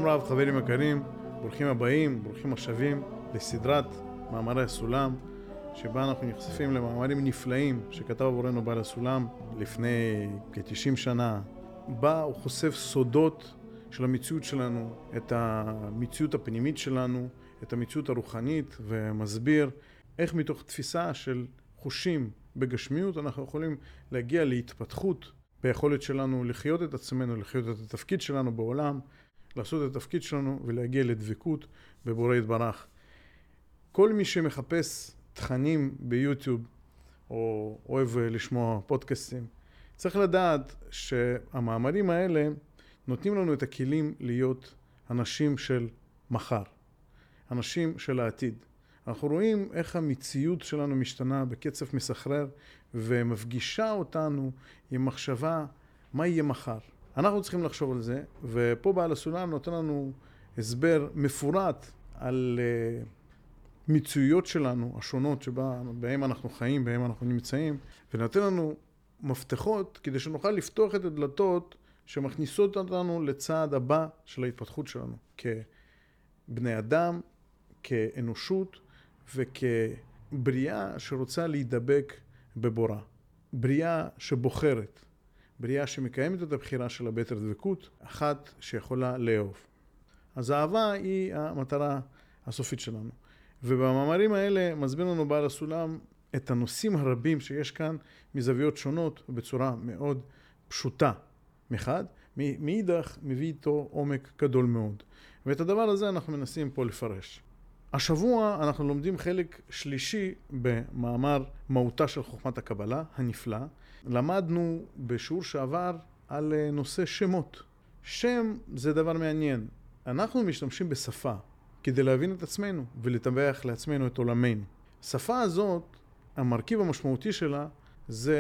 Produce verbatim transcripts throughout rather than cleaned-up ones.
רב, חברים יקרים, ברוכים הבאים, ברוכים השבים לסדרת מאמרי הסולם, שבה אנחנו נחשפים למאמרים נפלאים שכתב עבורנו בעל הסולם לפני כ-תשעים שנה. בה הוא חושף סודות של המציאות שלנו, את המציאות הפנימית שלנו, את המציאות הרוחנית, ומסביר איך מתוך תפיסה של חושים בגשמיות אנחנו יכולים להגיע להתפתחות ביכולת שלנו לחיות את עצמנו, לחיות את התפקיד שלנו בעולם, לעשות את התפקיד שלנו ולהגיע לדבקות בבורא יתברך. כל מי שמחפש תכנים ביוטיוב או אוהב לשמוע פודקאסטים, צריך לדעת שהמאמרים האלה נותנים לנו את הכלים להיות אנשים של מחר, אנשים של העתיד. אנחנו רואים איך המציאות שלנו משתנה בקצב מסחרר ומפגישה אותנו עם מחשבה מה יהיה מחר. אנחנו צריכים לחשוב על זה, ופה בעל הסולם נותן לנו הסבר מפורט על uh, מציאויות שלנו השונות שבהם אנחנו חיים, בהם אנחנו נמצאים, ונותן לנו מפתחות כדי שנוכל לפתוח את הדלתות שמכניסות אותנו לצעד הבא של ההתפתחות שלנו כבני אדם, כאנושות וכבריאה שרוצה להידבק בבורא. בריאה שבוחרת, בריאה שמקיימת את הבחירה שלה ביתר דבקות, אחת שיכולה לאהוב. אז האהבה היא המטרה הסופית שלנו. ובמאמרים האלה מסביר לנו בעל הסולם את הנושאים הרבים שיש כאן מזוויות שונות ובצורה מאוד פשוטה. מחד, מאידך מביא איתו עומק גדול מאוד. ואת הדבר הזה אנחנו מנסים פה לפרש. השבוע אנחנו לומדים חלק שלישי במאמר מהותה של חוכמת הקבלה הנפלא. למדנו בשיעור שעבר על נושא שמות. שם זה דבר מעניין. אנחנו משתמשים בשפה כדי להבין את עצמנו ולטווח לעצמנו את עולמנו. השפה הזאת, המרכיב המשמעותי שלה זה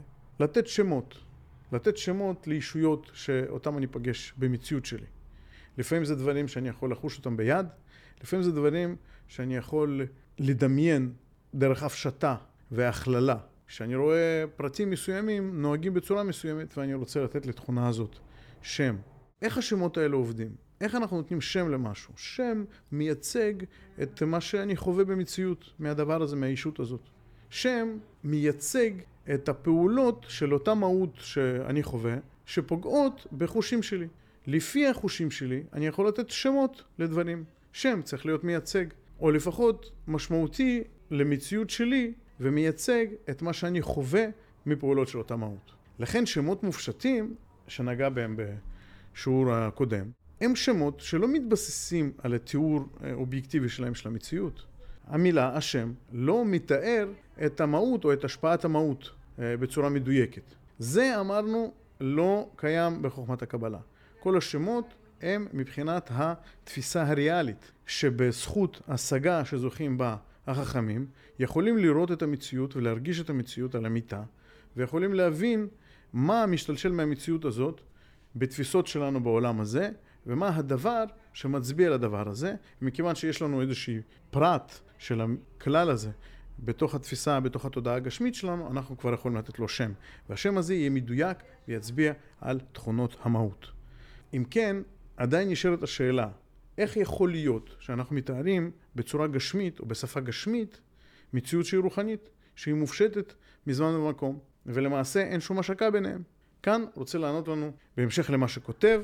לתת שמות. לתת שמות לישויות שאותם אני פגש במציאות שלי. לפעמים זה דברים שאני יכול לחוש אותם ביד, לפעמים זה דברים שאני יכול לדמיין דרך הפשטה והכללה. כשאני רואה פרטים מסוימים נוהגים בצורה מסוימת ואני רוצה לתת לתכונה הזאת שם. איך השמות האלה עובדים? איך אנחנו נותנים שם למשהו? שם מייצג את מה שאני חווה במציאות מהדבר הזה, מהאישות הזאת. שם מייצג את הפעולות של אותה מהות שאני חווה, שפוגעות בחושים שלי. לפי החושים שלי אני יכול לתת שמות לדברים. שם צריך להיות מייצג, או לפחות משמעותי למציאות שלי, ומייצג את מה שאני חווה מפעולות של אותה מהות. לכן שמות מופשטים, שנגע בהם בשיעור הקודם, הם שמות שלא מתבססים על התיאור אובייקטיבי שלהם של המציאות. המילה, השם, לא מתאר את המהות או את השפעת המהות בצורה מדויקת. זה אמרנו לא קיים בחוכמת הקבלה. כל השמות הם מבחינת התפיסה הריאלית, שבזכות השגה שזוכים בה החכמים, יכולים לראות את המציאות ולהרגיש את המציאות על המיטה, ויכולים להבין מה משתלשל מהמציאות הזאת בתפיסות שלנו בעולם הזה, ומה הדבר שמצביע לדבר הזה, מכיוון שיש לנו איזושהי פרט של הכלל הזה בתוך התפיסה, בתוך התודעה הגשמית שלנו, אנחנו כבר יכולים לתת לו שם. והשם הזה יהיה מדויק ויצביע על תכונות המהות. אם כן, עדיין נשארת השאלה, איך יכול להיות שאנחנו מתארים בצורה גשמית או בשפה גשמית מציאות שהיא רוחנית, שהיא מופשטת מזמן ומקום, ולמעשה אין שום השקה ביניהם. כאן רוצה לענות לנו בהמשך למה שכותב,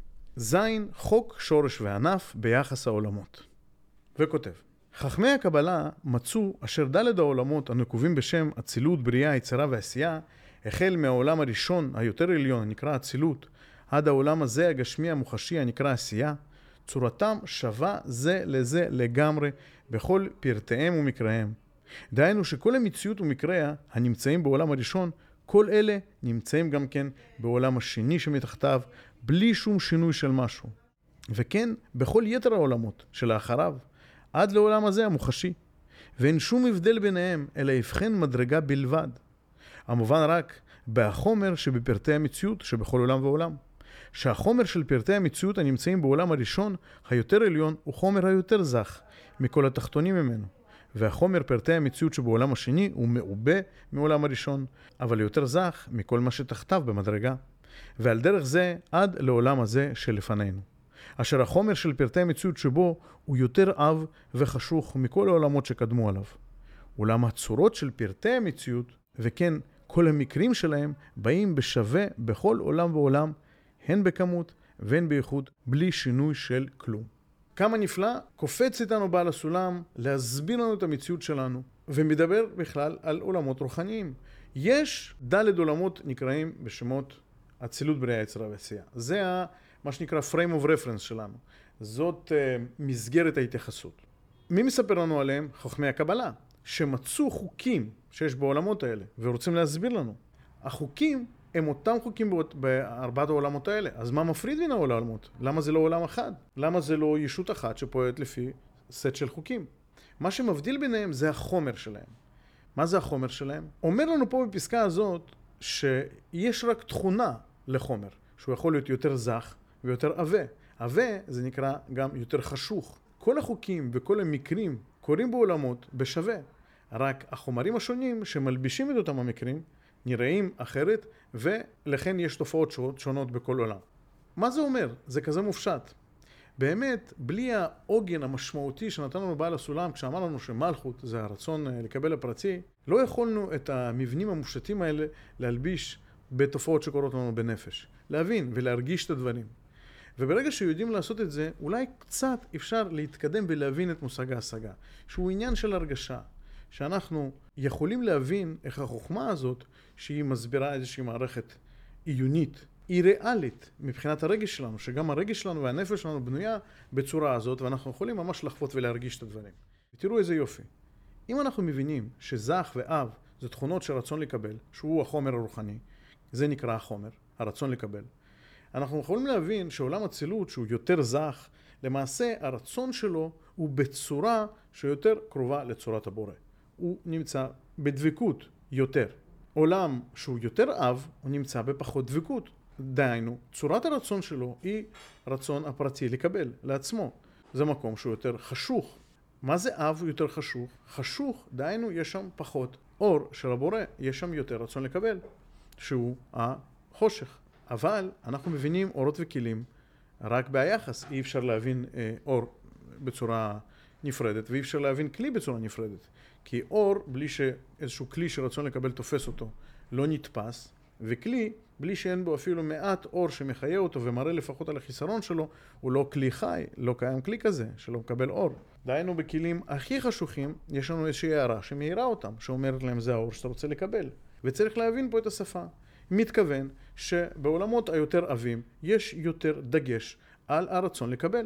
זין חוק שורש וענף ביחס העולמות. וכותב, חכמי הקבלה מצאו אשר דלת העולמות הנקובים בשם אצילות, בריאה, יצירה ועשייה, החל מהעולם הראשון היותר עליון הנקרא אצילות, עד העולם הזה הגשמי המוחשי הנקרא עשייה, צורתם שווה זה לזה לגמרי בכל פרטיהם ומקראיהם. דהיינו שכל המציאות ומקריה הנמצאים בעולם הראשון, כל אלה נמצאים גם כן בעולם השני שמתחתיו, בלי שום שינוי של משהו. וכן בכל יתר העולמות שלאחריו, עד לעולם הזה המוחשי. ואין שום הבדל ביניהם, אלא הבחן מדרגה בלבד. המובן רק בהחומר שבפרטי המציאות שבכל עולם ועולם. שהחומר של פרטי המציאות הנמצאים בעולם הראשון, היותר עליון, הוא חומר היותר זך מכל התחתונים ממנו. והחומר פרטי המציאות שבעולם השני הוא מעובה מעולם הראשון, אבל יותר זך מכל מה שתחתיו במדרגה. ועל דרך זה עד לעולם הזה שלפנינו. אשר החומר של פרטי המציאות שבו הוא יותר עב וחשוך מכל העולמות שקדמו עליו. אולם הצורות של פרטי המציאות, וכן כל המקרים שלהם, באים בשווה בכל עולם ועולם, הן בכמות והן באיכות, בלי שינוי של כלום. כמה נפלא, קופץ איתנו בעל הסולם להסביר לנו את המציאות שלנו, ומדבר בכלל על עולמות רוחניים. יש ד' עולמות נקראים בשמות אצילות, בריאה, יצירה ועשייה. זה מה שנקרא frame of reference שלנו. זאת uh, מסגרת ההתייחסות. מי מספר לנו עליהם? חכמי הקבלה, שמצאו חוקים שיש בעולמות האלה, ורוצים להסביר לנו. החוקים הם אותם חוקים בארבעת העולמות האלה. אז מה מפריד בין העולמות? למה זה לא עולם אחד? למה זה לא ישות אחת שפועלת לפי סט של חוקים? מה שמבדיל ביניהם זה החומר שלהם. מה זה החומר שלהם? אומר לנו פה בפסקה הזאת שיש רק תכונה לחומר, שהוא יכול להיות יותר זך ויותר עבה. עבה זה נקרא גם יותר חשוך. כל החוקים וכל המקרים קורים בעולמות בשווה. רק החומרים השונים שמלבישים את אותם המקרים נראים אחרת, ולכן יש תופעות שונות בכל עולם. מה זה אומר? זה כזה מופשט. באמת, בלי העוגן המשמעותי שנתן לנו בעל הסולם, כשאמר לנו שמלכות זה הרצון לקבל הפרטי, לא יכולנו את המבנים המופשטים האלה להלביש בתופעות שקורות לנו בנפש. להבין ולהרגיש את הדברים. וברגע שיודעים לעשות את זה, אולי קצת אפשר להתקדם ולהבין את מושג ההשגה, שהוא עניין של הרגשה. שאנחנו יכולים להבין איך החוכמה הזאת, שהיא מסבירה איזושהי מערכת עיונית, היא ריאלית מבחינת הרגש שלנו, שגם הרגש שלנו והנפש שלנו בנויה בצורה הזאת, ואנחנו יכולים ממש לחוות ולהרגיש את הדברים. ותראו איזה יופי. אם אנחנו מבינים שזך ואב זה תכונות של רצון לקבל, שהוא החומר הרוחני, זה נקרא החומר, הרצון לקבל. אנחנו יכולים להבין שעולם הצילות, שהוא יותר זך, למעשה הרצון שלו הוא בצורה שיותר קרובה לצורת הבורא. הוא נמצא בדבקות יותר. עולם שהוא יותר אב, הוא נמצא בפחות דבקות. דהיינו, צורת הרצון שלו היא רצון הפרטי לקבל לעצמו. זה מקום שהוא יותר חשוך. מה זה אב יותר חשוך? חשוך, דהיינו, יש שם פחות אור של הבורא, יש שם יותר רצון לקבל, שהוא החושך. אבל אנחנו מבינים אורות וכלים רק ביחס. אי אפשר להבין אה, אור בצורה נפרדת, ואי אפשר להבין כלי בצורה נפרדת. כי אור, בלי שאיזשהו כלי שרצון לקבל תופס אותו, לא נתפס, וכלי, בלי שאין בו אפילו מעט אור שמחיה אותו ומראה לפחות על החיסרון שלו, הוא לא כלי חי, לא קיים כלי כזה שלא מקבל אור. דהיינו, בכלים הכי חשוכים, יש לנו איזושהי הערה שמאירה אותם, שאומרת להם זה האור שאתה רוצה לקבל. וצריך להבין פה את השפה. מתכוון שבעולמות היותר עבים יש יותר דגש על הרצון לקבל.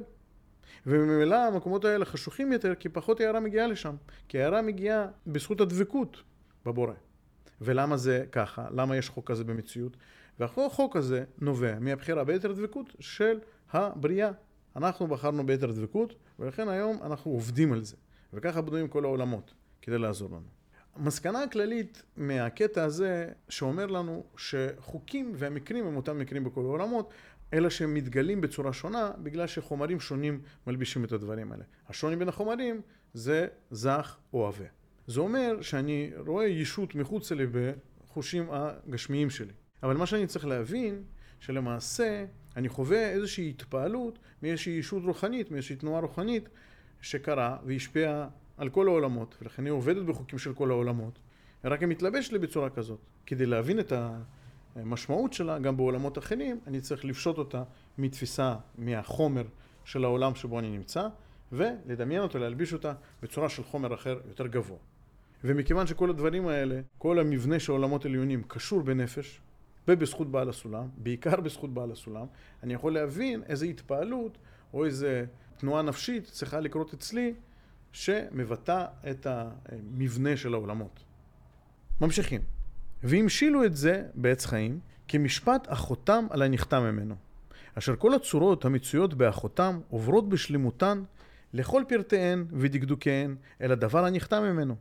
וממילא המקומות האלה חשוכים יותר כי פחות הערה מגיעה לשם. כי הערה מגיעה בזכות הדבקות בבורא. ולמה זה ככה? למה יש חוק כזה במציאות? והחוק הזה נובע מהבחירה ביתר דבקות של הבריאה. אנחנו בחרנו ביתר דבקות, ולכן היום אנחנו עובדים על זה. וככה בנויים כל העולמות כדי לעזור לנו. המסקנה הכללית מהקטע הזה שאומר לנו שחוקים והמקרים הם אותם מקרים בכל העולמות, אלא שהם מתגלים בצורה שונה בגלל שחומרים שונים מלבישים את הדברים האלה. השוני בין החומרים זה זך או עבה. זה אומר שאני רואה ישות מחוץ לי בחושים הגשמיים שלי. אבל מה שאני צריך להבין, שלמעשה אני חווה איזושהי התפעלות מאיזושהי ישות רוחנית, מאיזושהי תנועה רוחנית שקרה והשפיעה על כל העולמות, ולכן היא עובדת בחוקים של כל העולמות. רק היא מתלבש לי בצורה כזאת. כדי להבין את המשמעות שלה, גם בעולמות אחרים, אני צריך לפשוט אותה מתפיסה, מהחומר של העולם שבו אני נמצא, ולדמיין אותה, להלביש אותה בצורה של חומר אחר יותר גבוה. ומכיוון שכל הדברים האלה, כל המבנה של עולמות עליונים קשור בנפש, ובזכות בעל הסולם, בעיקר בזכות בעל הסולם, אני יכול להבין איזו התפעלות או איזו תנועה נפשית צריכה לקרות אצלי, שמבטא את המבנה של העולמות. ממשיכים. והמשילו את זה בעץ חיים כמשפט החותם על הנחתם ממנו, אשר כל הצורות המצויות באחותם עוברות בשלמותן לכל פרטיהן ודקדוקיהן אל הדבר הנחתם ממנו.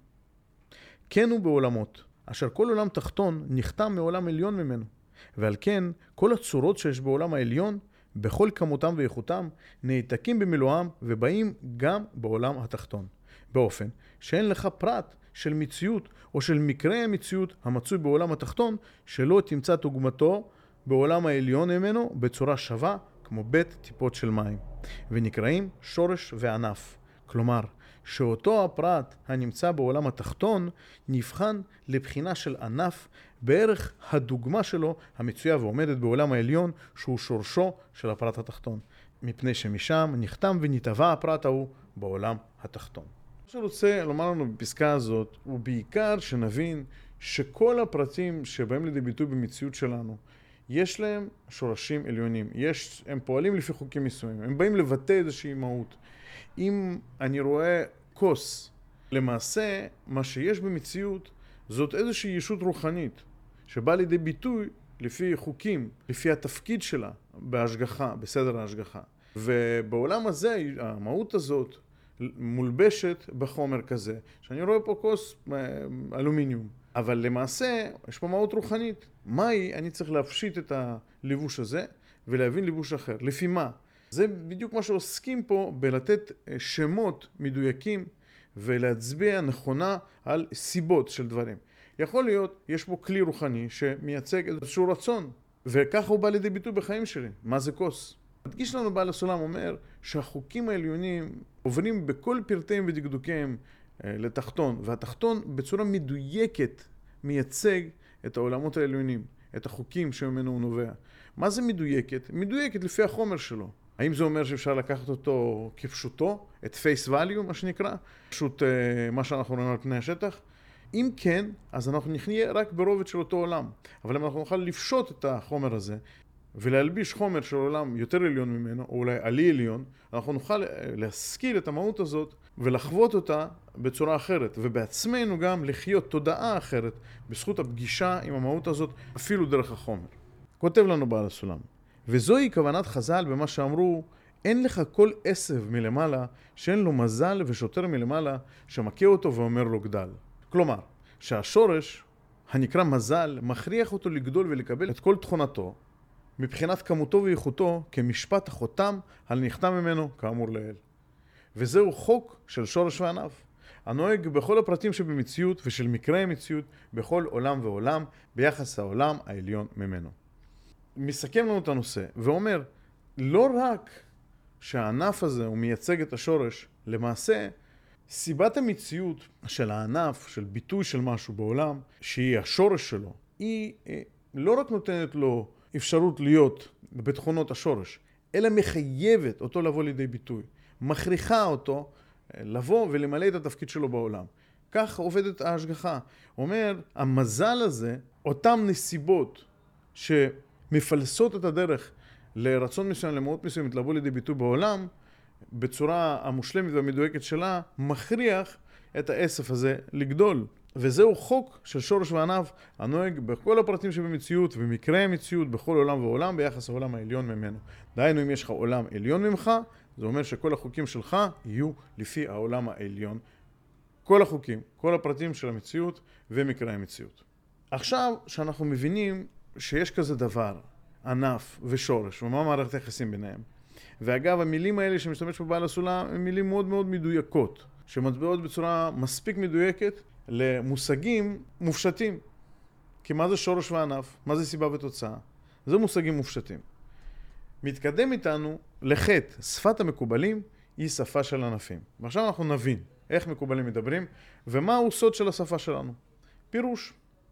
כן הוא בעולמות, אשר כל עולם תחתון נחתם מעולם עליון ממנו, ועל כן כל הצורות שיש בעולם העליון בכל כמותם ואיכותם נעתקים במילואם ובאים גם בעולם התחתון, באופן שאין לך פרט של מציאות או של מקרה המציאות המצוי בעולם התחתון שלא תמצא תוגמתו בעולם העליון ממנו בצורה שווה כמו כמו בית טיפות של מים, ונקראים שורש וענף. כלומר, שאותו הפרט הנמצא בעולם התחתון נבחן לבחינה של ענף בערך הדוגמה שלו המצויה ועומדת בעולם העליון שהוא שורשו של הפרט התחתון, מפני שמשם נחתם ונתהווה הפרט ההוא בעולם התחתון. מה שאני רוצה לומר לנו בפסקה הזאת הוא בעיקר שנבין שכל הפרטים שבאים לידי ביטוי במציאות שלנו יש להם שורשים עליונים, יש, הם פועלים לפי חוקים מסוימים, הם באים לבטא איזושהי מהות. אם אני רואה כוס, למעשה מה שיש במציאות זאת איזושהי ישות רוחנית שבאה לידי ביטוי לפי חוקים, לפי התפקיד שלה בהשגחה, בסדר ההשגחה. ובעולם הזה המהות הזאת מולבשת בחומר כזה, שאני רואה פה כוס אלומיניום. אבל למעשה יש פה מהות רוחנית. מהי? אני צריך להפשיט את הלבוש הזה ולהבין לבוש אחר. לפי מה? זה בדיוק מה שעוסקים פה בלתת שמות מדויקים ולהצביע נכונה על סיבות של דברים. יכול להיות, יש פה כלי רוחני שמייצג איזשהו רצון, וככה הוא בא לידי ביטוי בחיים שלי. מה זה כוס? הדגיש לנו בעל הסולם אומר שהחוקים העליונים עוברים בכל פרטיהם ודקדוקיהם לתחתון, והתחתון בצורה מדויקת מייצג את העולמות העליונים, את החוקים שממנו הוא נובע. מה זה מדויקת? מדויקת לפי החומר שלו. האם זה אומר שאפשר לקחת אותו כפשוטו, את face value מה שנקרא, פשוט מה שאנחנו רואים על פני השטח? אם כן, אז אנחנו נחיה רק ברובד של אותו עולם. אבל אם אנחנו נוכל לפשוט את החומר הזה ולהלביש חומר של עולם יותר עליון ממנו, או אולי עלי עליון, אנחנו נוכל להשכיל את המהות הזאת ולחוות אותה בצורה אחרת, ובעצמנו גם לחיות תודעה אחרת בזכות הפגישה עם המהות הזאת, אפילו דרך החומר. כותב לנו בעל הסולם, וזוהי כוונת חז"ל במה שאמרו, אין לך כל עשב מלמעלה שאין לו מזל ושוטר מלמעלה שמכה אותו ואומר לו גדל. כלומר, שהשורש הנקרא מזל מכריח אותו לגדול ולקבל את כל תכונתו, מבחינת כמותו ואיכותו כמשפט החותם על נחתם ממנו כאמור לעיל. וזהו חוק של שורש וענף, הנוהג בכל הפרטים שבמציאות ושל מקרי המציאות בכל עולם ועולם ביחס העולם העליון ממנו. מסכם לנו את הנושא ואומר, לא רק שהענף הזה הוא מייצג את השורש, למעשה סיבת המציאות של הענף, של ביטוי של משהו בעולם, שהיא השורש שלו, היא לא רק נותנת לו אפשרות להיות בתכונות השורש, אלא מחייבת אותו לבוא לידי ביטוי, מכריחה אותו לבוא ולמלא את התפקיד שלו בעולם. כך עובדת ההשגחה. אומר, המזל הזה, אותם נסיבות שמפלסות את הדרך לרצון מסוים, למהות מסוימת, לבוא לידי ביטוי בעולם, בצורה המושלמת והמדויקת שלה, מכריח את האסף הזה לגדול. וזהו חוק של שורש וענף, הנוהג בכל הפרטים שבמציאות ובמקרי המציאות, בכל עולם ועולם, ביחס העולם העליון ממנו. דהיינו, אם יש לך עולם עליון ממך, זה אומר שכל החוקים שלך יהיו לפי העולם העליון. כל החוקים, כל הפרטים של המציאות ומקרי המציאות. עכשיו שאנחנו מבינים שיש כזה דבר, ענף ושורש, ומה מערכת היחסים ביניהם. ואגב, המילים האלה שמשתמש פה בעל הסולם, הן מילים מאוד מאוד מדויקות, שמצביעות בצורה מספיק מדויקת למושגים מופשטים. כי מה זה שורש וענף? מה זה סיבה ותוצאה? זה מושגים מופשטים. מתקדם איתנו לחטא, שפת המקובלים היא שפה של ענפים. ועכשיו אנחנו נבין איך מקובלים מדברים ומהו סוד של השפה שלנו. פירוש.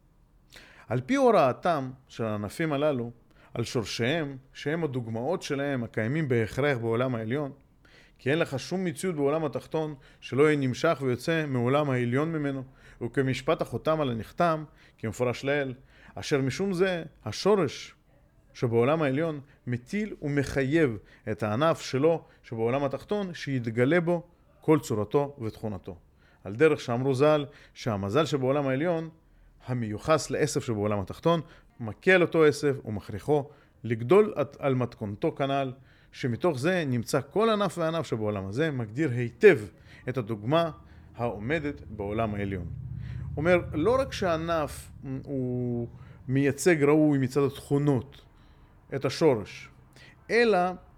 על פי הוראתם של הענפים הללו, על שורשיהם, שהם הדוגמאות שלהם הקיימים בהכרח בעולם העליון, כי אין לך שום מציאות בעולם התחתון שלא יהיה נמשך ויוצא מעולם העליון ממנו, וכמשפט החותם על הנחתם, כמפורש לעיל, אשר משום זה השורש שבעולם העליון מטיל ומחייב את הענף שלו שבעולם התחתון שיתגלה בו כל צורתו ותכונתו. על דרך שאמרו ז"ל שהמזל שבעולם העליון המיוחס לעשף שבעולם התחתון מכה על אותו עשף ומכריחו לגדול על מתכונתו כנ"ל, שמתוך זה נמצא כל ענף וענף שבעולם הזה מגדיר היטב את הדוגמה העומדת בעולם העליון. אומר, לא רק שהענף הוא מייצג ראוי מצד התכונות את השורש, אלא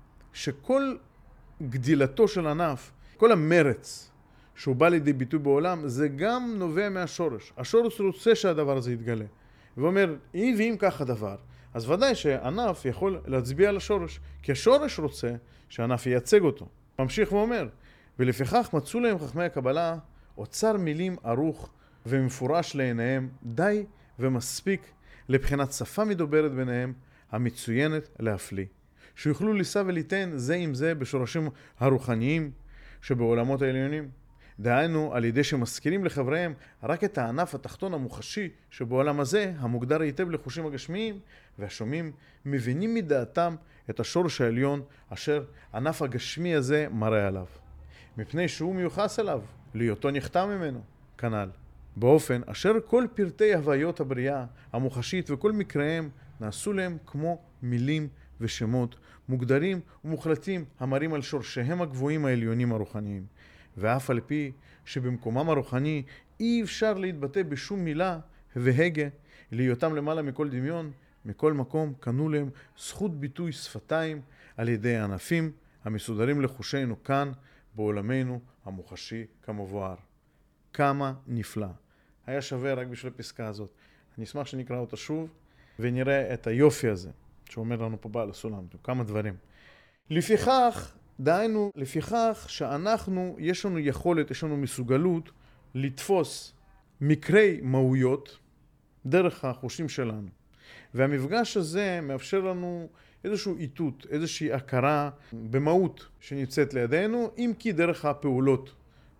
שכל גדילתו של ענף, כל המרץ שהוא בא לידי ביטוי בעולם, זה גם נובע מהשורש. השורש רוצה שהדבר הזה יתגלה. ואומר, אם ואם כך הדבר, אז ודאי שענף יכול להצביע על השורש, כי השורש רוצה שענף ייצג אותו. ממשיך ואומר, ולפיכך מצאו להם חכמי הקבלה אוצר מילים ערוך ומפורש לעיניהם, די ומספיק לבחינת שפה מדוברת ביניהם, המצוינת להפליא. שיוכלו לישא וליתן זה עם זה בשורשים הרוחניים שבעולמות העליונים. דהיינו, על ידי שמזכירים לחבריהם רק את הענף התחתון המוחשי שבעולם הזה, המוגדר היטב לחושים הגשמיים, והשומעים מבינים מדעתם את השורש העליון אשר ענף הגשמי הזה מראה עליו. מפני שהוא מיוחס אליו, להיותו נחתם ממנו, כנ"ל. באופן אשר כל פרטי הוויות הבריאה המוחשית וכל מקריהם נעשו להם כמו מילים ושמות מוגדרים ומוחלטים המראים על שורשיהם הגבוהים העליונים הרוחניים. ואף על פי שבמקומם הרוחני אי אפשר להתבטא בשום מילה והגה, להיותם למעלה מכל דמיון, מכל מקום קנו להם זכות ביטוי שפתיים על ידי הענפים המסודרים לחושינו כאן בעולמנו המוחשי כמבואר. כמה נפלא. היה שווה רק בשביל הפסקה הזאת. אני אשמח שנקרא אותה שוב ונראה את היופי הזה שאומר לנו פה בעל הסולם. כמה דברים. לפיכך, דהיינו, לפיכך שאנחנו, יש לנו יכולת, יש לנו מסוגלות לתפוס מקרי מהויות דרך החושים שלנו. והמפגש הזה מאפשר לנו איזשהו איתות, איזושהי הכרה במהות שנמצאת לידינו, אם כי דרך הפעולות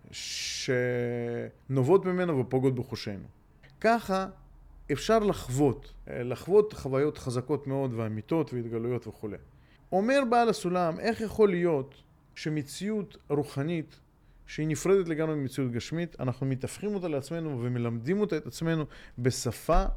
שנובעות ממנו ופוגעות בחושינו. ככה אפשר לחוות, לחוות חוויות חזקות מאוד ואמיתות והתגלויות וכו'. אומר בעל הסולם, איך יכול להיות שמציאות רוחנית שהיא נפרדת לגמרי ממציאות גשמית, אנחנו מתהפכים אותה לעצמנו ומלמדים אותה את עצמנו בשפה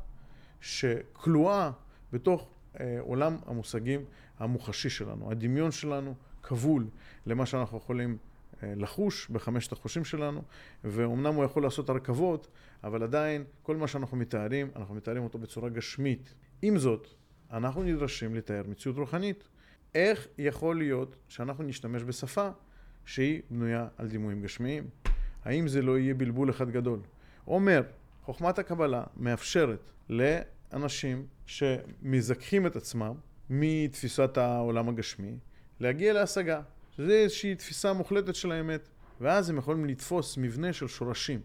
שכלואה בתוך אה, עולם המושגים המוחשי שלנו. הדמיון שלנו כבול למה שאנחנו יכולים אה, לחוש בחמשת החושים שלנו, ואומנם הוא יכול לעשות הרכבות, אבל עדיין כל מה שאנחנו מתארים, אנחנו מתארים אותו בצורה גשמית. עם זאת, אנחנו נדרשים לתאר מציאות רוחנית. איך יכול להיות שאנחנו נשתמש בשפה שהיא בנויה על דימויים גשמיים? האם זה לא יהיה בלבול אחד גדול? אומר, חוכמת הקבלה מאפשרת לאנשים שמזכחים את עצמם מתפיסת העולם הגשמי להגיע להשגה. שזה איזושהי תפיסה מוחלטת של האמת. ואז הם יכולים לתפוס מבנה של שורשים.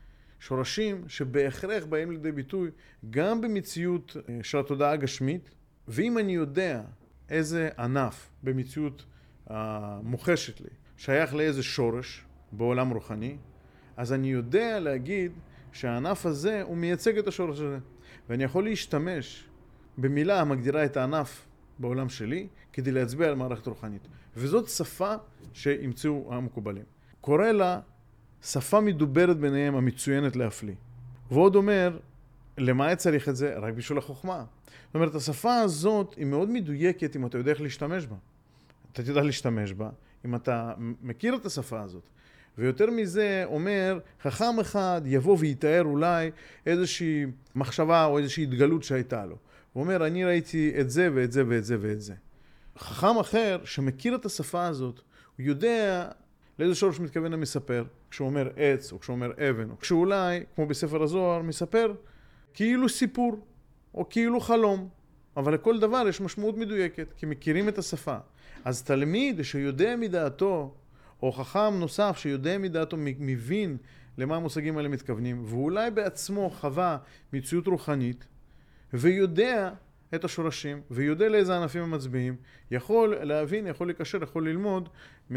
שורשים שבהכרח באים לידי ביטוי גם במציאות של התודעה הגשמית. ואם אני יודע איזה ענף במציאות המוחשת לי שייך לאיזה שורש בעולם רוחני, אז אני יודע להגיד שהענף הזה הוא מייצג את השורש הזה. ואני יכול להשתמש במילה המגדירה את הענף בעולם שלי כדי להצביע על מערכת רוחנית. וזאת שפה שימצאו המקובלים. קורא לה שפה מדוברת ביניהם המצוינת להפליא. ועוד אומר, למה צריך את זה? רק בשביל החוכמה. זאת אומרת, השפה הזאת היא מאוד מדויקת אם אתה יודע איך להשתמש בה. אתה יודע להשתמש בה, אם אתה מכיר את השפה הזאת. ויותר מזה אומר, חכם אחד יבוא ויתאר אולי איזושהי מחשבה או איזושהי התגלות שהייתה לו. הוא אומר, אני ראיתי את זה ואת זה ואת זה ואת זה. חכם אחר שמכיר את השפה הזאת, הוא יודע לאיזה שורש מתכוון המספר, כשהוא אומר עץ או כשהוא אומר אבן, או כשאולי, כמו בספר הזוהר, מספר כאילו סיפור או כאילו חלום. אבל לכל דבר יש משמעות מדויקת, כי מכירים את השפה. אז תלמיד שיודע מדעתו, או חכם נוסף שיודע מדעתו, מבין למה המושגים האלה מתכוונים, ואולי בעצמו חווה מציאות רוחנית, ויודע את השורשים, ויודע לאיזה ענפים הם מצביעים, יכול להבין, יכול לקשר, יכול ללמוד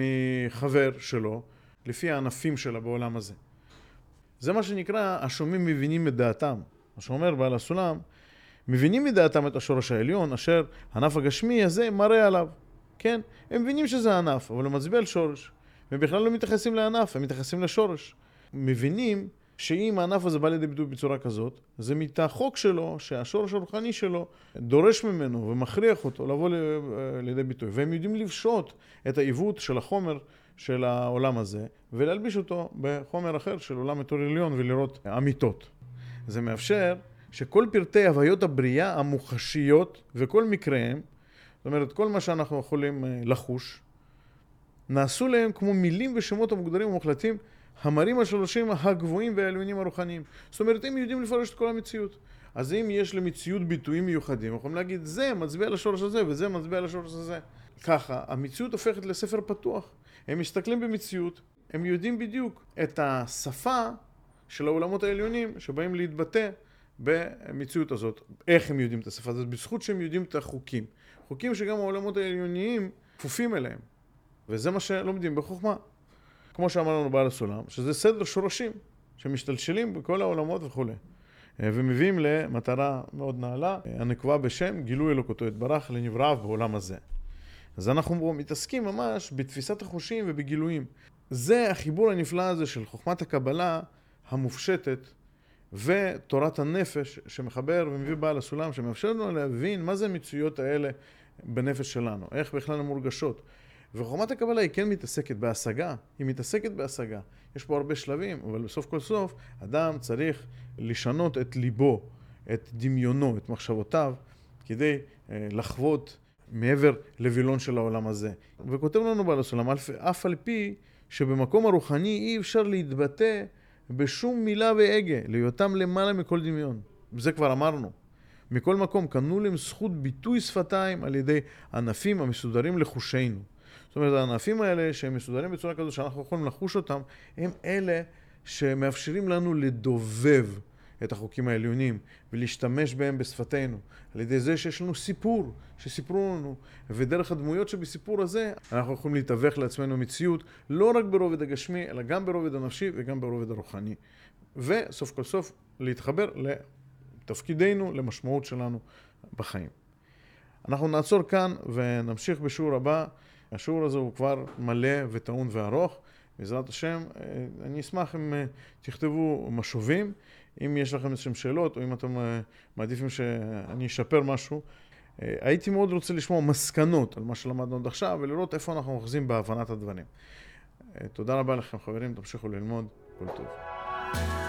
מחבר שלו, לפי הענפים שלה בעולם הזה. זה מה שנקרא, השומעים מבינים את דעתם. מה שאומר בעל הסולם, מבינים מדעתם את השורש העליון, אשר הענף הגשמי הזה מראה עליו. כן, הם מבינים שזה ענף, אבל הם מצביע על שורש. הם בכלל לא מתייחסים לענף, הם מתייחסים לשורש. מבינים שאם הענף הזה בא לידי ביטוי בצורה כזאת, זה מתחוק שלו, שהשורש הרוחני שלו דורש ממנו ומכריח אותו לבוא לידי ביטוי. והם יודעים לפשוט את העיוות של החומר של העולם הזה, ולהלביש אותו בחומר אחר של עולם יותר עליון ולראות אמיתות. זה מאפשר שכל פרטי הוויות הבריאה המוחשיות וכל מקריהם, זאת אומרת, כל מה שאנחנו יכולים לחוש, נעשו להם כמו מילים ושמות המוגדרים ומוחלטים המרים השלושים הגבוהים והעליונים הרוחניים. זאת אומרת, הם יודעים לפרש את כל המציאות. אז אם יש למציאות ביטויים מיוחדים, יכולים להגיד, זה מצביע לשורש הזה וזה מצביע לשורש הזה. ככה, המציאות הופכת לספר פתוח. הם מסתכלים במציאות, הם יודעים בדיוק את השפה של העולמות העליונים שבאים להתבטא במציאות הזאת. איך הם יודעים את השפה הזאת? בזכות שהם יודעים את החוקים. חוקים שגם העולמות העליוניים כפופים אליהם. וזה מה שלומדים בחוכמה. כמו שאמר לנו בעל הסולם, שזה סדר שורשים שמשתלשלים בכל העולמות וכו'. ומביאים למטרה מאוד נעלה, הנקובה בשם גילוי אלוקותו יתברך לנבראיו בעולם הזה. אז אנחנו מתעסקים ממש בתפיסת החושים ובגילויים. זה החיבור הנפלא הזה של חוכמת הקבלה המופשטת ותורת הנפש שמחבר ומביא בעל הסולם, שמאפשר לנו להבין מה זה המציאויות האלה בנפש שלנו, איך בכלל הן מורגשות. וחוכמת הקבלה היא כן מתעסקת בהשגה, היא מתעסקת בהשגה. יש פה הרבה שלבים, אבל בסוף כל סוף אדם צריך לשנות את ליבו, את דמיונו, את מחשבותיו, כדי לחוות מעבר לווילון של העולם הזה. וכותב לנו בעל הסולם, אף על פי שבמקום הרוחני אי אפשר להתבטא בשום מילה והגה, להיותם למעלה מכל דמיון. וזה כבר אמרנו. מכל מקום קנו להם זכות ביטוי שפתיים על ידי ענפים המסודרים לחושינו. זאת אומרת, הענפים האלה שהם מסודרים בצורה כזו שאנחנו יכולים לחוש אותם, הם אלה שמאפשרים לנו לדובב את החוקים העליונים ולהשתמש בהם בשפתנו. על ידי זה שיש לנו סיפור שסיפרו לנו, ודרך הדמויות שבסיפור הזה אנחנו יכולים להתווך לעצמנו מציאות, לא רק ברובד הגשמי, אלא גם ברובד הנפשי וגם ברובד הרוחני. וסוף כל סוף להתחבר לתפקידנו, למשמעות שלנו בחיים. אנחנו נעצור כאן ונמשיך בשיעור הבא. השיעור הזה הוא כבר מלא וטעון וארוך. בעזרת השם, אני אשמח אם תכתבו משובים, אם יש לכם איזשהם שאלות, או אם אתם מעדיפים שאני אשפר משהו. הייתי מאוד רוצה לשמוע מסקנות על מה שלמדנו עד עכשיו, ולראות איפה אנחנו אוחזים בהבנת הדברים. תודה רבה לכם חברים, תמשיכו ללמוד, כל טוב.